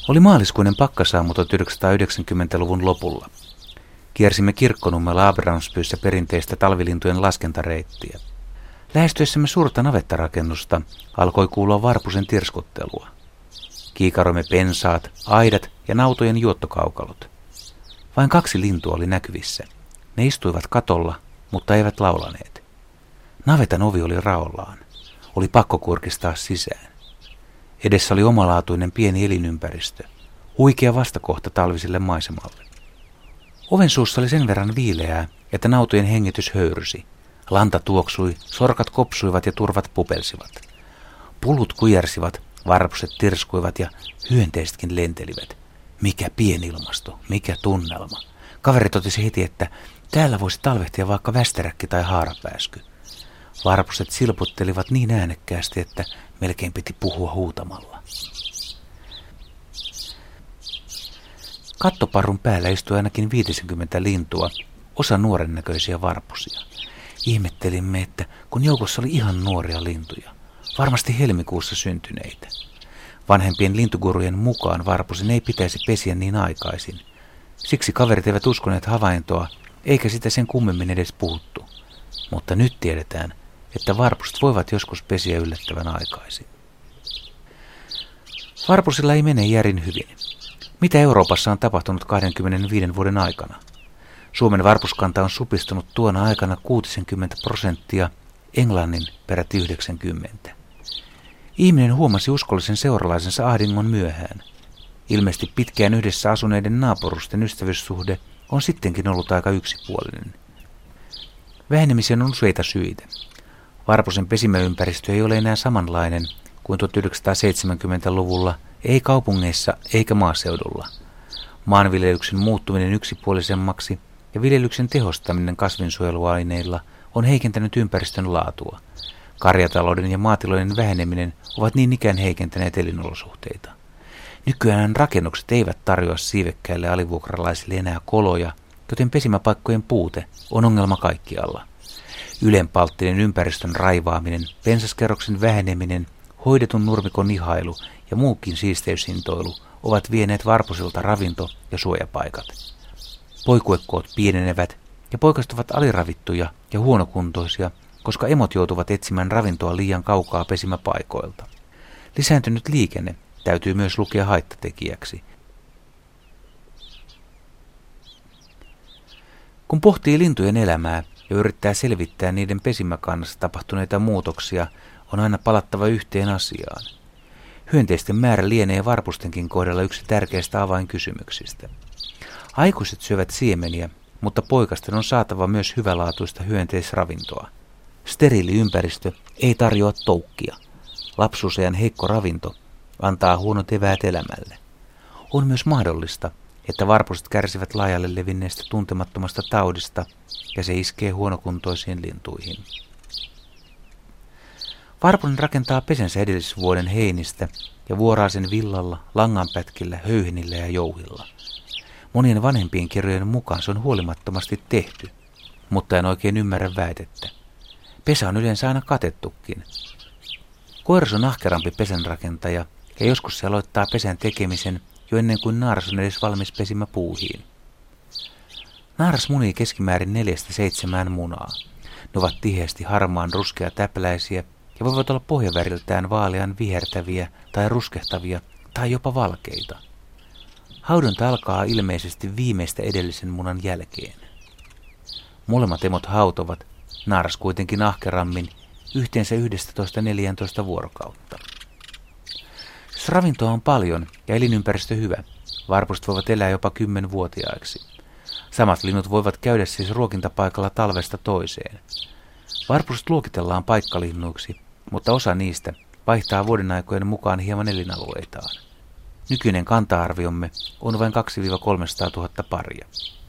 Oli maaliskuinen pakkasaamu 1990-luvun lopulla. Kiersimme Kirkkonummella Abrahamspyyssä perinteistä talvilintujen laskentareittiä. Lähestyessämme suurta navettarakennusta alkoi kuulua varpusen tirskuttelua. Kiikaroimme pensaat, aidat ja nautojen juottokaukalot. Vain 2 lintua oli näkyvissä. Ne istuivat katolla, mutta eivät laulaneet. Navetan ovi oli raollaan. Oli pakko kurkistaa sisään. Edessä oli omalaatuinen pieni elinympäristö. Huikea vastakohta talviselle maisemalle. Oven suussa oli sen verran viileää, että nautojen hengitys höyrysi. Lanta tuoksui, sorkat kopsuivat ja turvat pupelsivat. Pulut kujersivat, varpuset tirskuivat ja hyönteisetkin lentelivät. Mikä pienilmasto, mikä tunnelma. Kaveri totesi heti, että täällä voisi talvehtia vaikka västeräkki tai haarapääsky. Varpuset silputtelivat niin äänekkäästi, että melkein piti puhua huutamalla. Kattoparrun päällä istui ainakin 50 lintua, osa nuoren näköisiä varpusia. Ihmettelimme, että kun joukossa oli ihan nuoria lintuja, varmasti helmikuussa syntyneitä. Vanhempien lintugurujen mukaan varpusen ei pitäisi pesiä niin aikaisin. Siksi kaverit eivät uskoneet havaintoa, eikä sitä sen kummemmin edes puhuttu. Mutta nyt tiedetään, että varpuset voivat joskus pesiä yllättävän aikaisin. Varpusilla ei mene järin hyvin. Mitä Euroopassa on tapahtunut 25 vuoden aikana? Suomen varpuskanta on supistunut tuona aikana 60%, Englannin peräti 90%. Ihminen huomasi uskollisen seuralaisensa ahdingon myöhään. Ilmeisesti pitkään yhdessä asuneiden naapurusten ystävyyssuhde on sittenkin ollut aika yksipuolinen. Vähenemisen on useita syitä. Varpusen pesimäympäristö ei ole enää samanlainen kuin 1970-luvulla, ei kaupungeissa eikä maaseudulla. Maanviljelyksen muuttuminen yksipuolisemmaksi ja viljelyksen tehostaminen kasvinsuojeluaineilla on heikentänyt ympäristön laatua. Karjatalouden ja maatilojen väheneminen ovat niin ikään heikentäneet elinolosuhteita. Nykyään rakennukset eivät tarjoa siivekkäille alivuokralaisille enää koloja, joten pesimäpaikkojen puute on ongelma kaikkialla. Ylenpalttinen ympäristön raivaaminen, pensaskerroksen väheneminen, hoidetun nurmikon ihailu ja muukin siisteysintoilu ovat vieneet varpusilta ravinto- ja suojapaikat. Poikuekoot pienenevät ja poikaset ovat aliravittuja ja huonokuntoisia, koska emot joutuvat etsimään ravintoa liian kaukaa pesimäpaikoilta. Lisääntynyt liikenne täytyy myös lukea haittatekijäksi. Kun pohtii lintujen elämää ja yrittää selvittää niiden pesimäkannassa tapahtuneita muutoksia, on aina palattava yhteen asiaan. Hyönteisten määrä lienee varpustenkin kohdalla yksi tärkeistä avainkysymyksistä. Aikuiset syövät siemeniä, mutta poikasten on saatava myös hyvälaatuista hyönteisravintoa. Steriili ympäristö ei tarjoa toukkia. Lapsuusajan heikko ravinto antaa huonot eväät elämälle. On myös mahdollista, että varpuset kärsivät laajalle levinneestä tuntemattomasta taudista ja se iskee huonokuntoisiin lintuihin. Varpunen rakentaa pesensä edellisvuoden heinistä ja vuoraa sen villalla, langanpätkillä, höyhenillä ja jouhilla. Monien vanhempien kirjojen mukaan se on huolimattomasti tehty, mutta en oikein ymmärrä väitettä. Pesä on yleensä aina katettukin. Koiras on ahkerampi pesänrakentaja ja joskus se aloittaa pesän tekemisen jo ennen kuin naaras on edes valmis pesimäpuuhiin. Naaras munii keskimäärin 4-7 munaa. Ne ovat tiheästi harmaan ruskea-täpläisiä ja voivat olla pohjaväriltään vaalean vihertäviä tai ruskehtavia tai jopa valkeita. Haudonta alkaa ilmeisesti viimeistä edellisen munan jälkeen. Molemmat emot hautovat, naaras kuitenkin ahkerammin, yhteensä 11-14 vuorokautta. Jos ravintoa on paljon ja elinympäristö hyvä, varpuset voivat elää jopa 10-vuotiaiksi. Samat linnut voivat käydä siis ruokintapaikalla talvesta toiseen. Varpuset luokitellaan paikkalinnuiksi, mutta osa niistä vaihtaa vuodenaikojen mukaan hieman elinalueitaan. Nykyinen kanta-arviomme on vain 200 000–300 000 paria.